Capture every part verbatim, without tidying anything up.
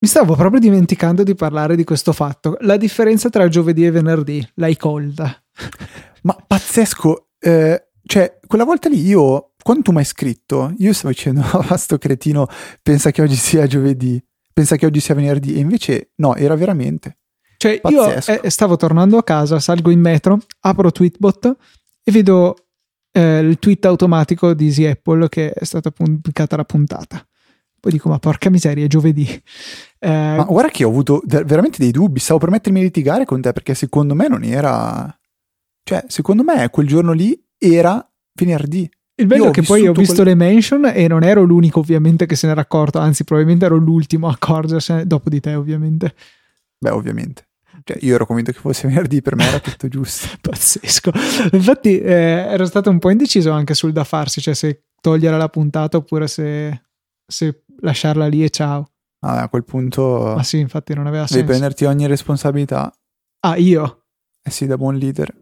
Mi stavo proprio dimenticando di parlare di questo fatto. La differenza tra giovedì e venerdì, l'hai colta. Ma pazzesco, eh, cioè quella volta lì io, quando tu mi hai scritto, io stavo dicendo, ah, sto cretino pensa che oggi sia giovedì, pensa che oggi sia venerdì, e invece no, era veramente. Cioè pazzesco. io eh, stavo tornando a casa, salgo in metro, apro Tweetbot e vedo eh, il tweet automatico di Easy Apple che è stata pubblicata la puntata. Poi dico, ma porca miseria, è giovedì. Eh, Ma guarda che ho avuto veramente dei dubbi, stavo per mettermi a litigare con te perché secondo me non era... Cioè, secondo me quel giorno lì era venerdì. Il bello è che poi ho visto quel... le mention e non ero l'unico ovviamente che se n'era accorto, anzi probabilmente ero l'ultimo a accorgersene, dopo di te ovviamente. Beh, ovviamente. Cioè, io ero convinto che fosse venerdì, per me era tutto giusto. Pazzesco. Infatti eh, ero stato un po' indeciso anche sul da farsi, cioè se togliere la puntata oppure se... se lasciarla lì e ciao. Ah, a quel punto ma sì, infatti non aveva devi senso. prenderti ogni responsabilità. Ah, io? Eh sì, da buon leader.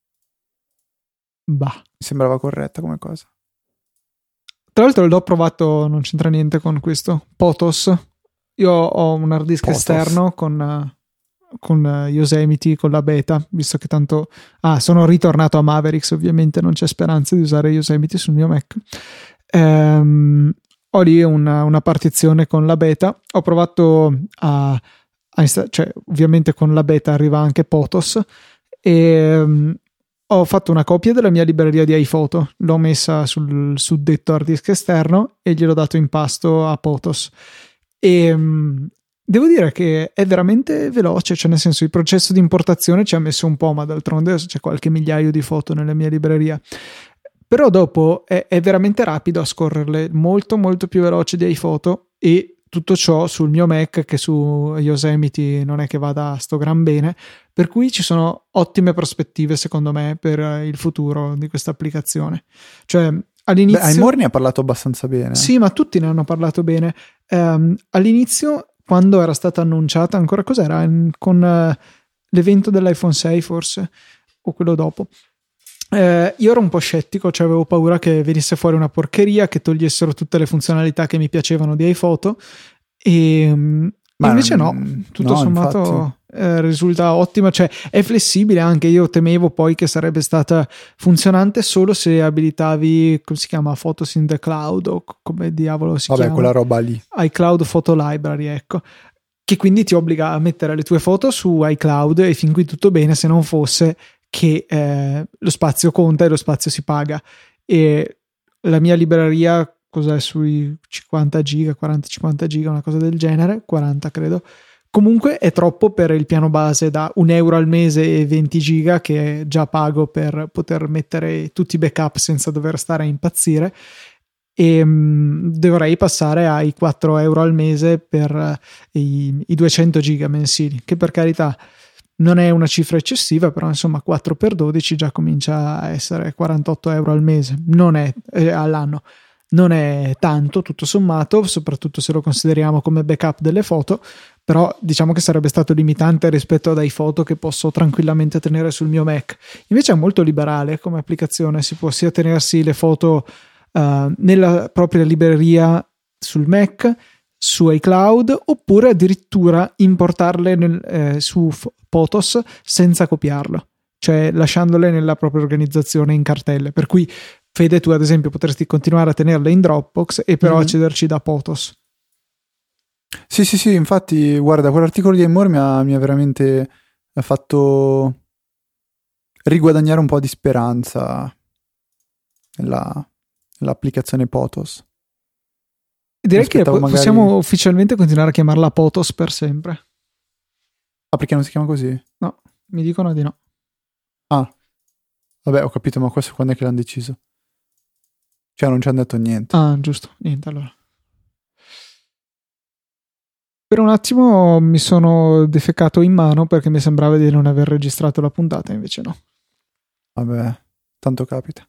Bah. Mi sembrava corretta come cosa. Tra l'altro l'ho provato, non c'entra niente con questo, Potos. Io ho un hard disk Potos. esterno con, con Yosemite, con la beta, visto che tanto... Ah, sono ritornato a Mavericks, ovviamente non c'è speranza di usare Yosemite sul mio Mac. Ehm... Ho lì una, una partizione con la beta, ho provato a, a insta- cioè ovviamente con la beta arriva anche Potos e um, ho fatto una copia della mia libreria di iPhoto, l'ho messa sul suddetto hard disk esterno e gliel'ho dato in pasto a Potos e um, devo dire che è veramente veloce, cioè nel senso il processo di importazione ci ha messo un po', ma d'altronde c'è qualche migliaio di foto nella mia libreria. Però dopo è, è veramente rapido a scorrerle, molto molto più veloce di iPhoto, e tutto ciò sul mio Mac che su Yosemite non è che vada a sto gran bene, per cui ci sono ottime prospettive secondo me per il futuro di questa applicazione. Cioè all'inizio... Beh, Aimor ne ha parlato abbastanza bene. Sì, ma tutti ne hanno parlato bene. Um, all'inizio, quando era stata annunciata, ancora cos'era? Con uh, l'evento dell'iPhone sei forse, o quello dopo. Eh, io ero un po' scettico, cioè avevo paura che venisse fuori una porcheria, che togliessero tutte le funzionalità che mi piacevano di iPhoto e Ma invece no, tutto no, sommato eh, risulta ottimo, cioè è flessibile anche. Io temevo poi che sarebbe stata funzionante solo se abilitavi, come si chiama, Photos in the Cloud o come diavolo si Vabbè, chiama, quella roba lì, iCloud Photo Library, ecco, che quindi ti obbliga a mettere le tue foto su iCloud e fin qui tutto bene, se non fosse che eh, lo spazio conta e lo spazio si paga. E la mia libreria cos'è, sui cinquanta giga, quaranta cinquanta giga, una cosa del genere, quaranta credo, comunque è troppo per il piano base da un euro al mese e venti giga che già pago per poter mettere tutti i backup senza dover stare a impazzire, e mh, dovrei passare ai quattro euro al mese per uh, i, i duecento giga mensili, che per carità non è una cifra eccessiva, però insomma quattro per dodici già comincia a essere quarantotto euro al mese, non è eh, all'anno, non è tanto tutto sommato, soprattutto se lo consideriamo come backup delle foto, però diciamo che sarebbe stato limitante rispetto ad iPhoto che posso tranquillamente tenere sul mio Mac. Invece è molto liberale come applicazione, si può sia tenersi le foto uh, nella propria libreria sul Mac, su iCloud, oppure addirittura importarle nel, eh, su Potos senza copiarlo, cioè lasciandole nella propria organizzazione in cartelle, per cui Fede, tu ad esempio potresti continuare a tenerle in Dropbox e però mm-hmm. accederci da Potos. Sì sì sì, infatti guarda, quell'articolo di Aimor mi ha, mi ha veramente fatto riguadagnare un po' di speranza nella, nell'applicazione Potos. Direi che po- magari... possiamo ufficialmente continuare a chiamarla Potos per sempre. Ah, perché non si chiama così? No, mi dicono di no. Ah, vabbè, ho capito, ma questo quando è che l'hanno deciso? Cioè non ci hanno detto niente. Ah, giusto, niente allora. Per un attimo mi sono defecato in mano perché mi sembrava di non aver registrato la puntata, invece no. Vabbè, tanto capita.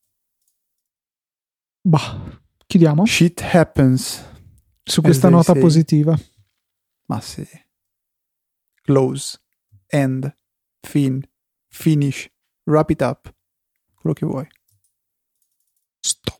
Bah, chiudiamo? Shit happens. Su questa nota say. positiva. Ma sì. Close, end, fin, finish, wrap it up, quello che vuoi. Stop.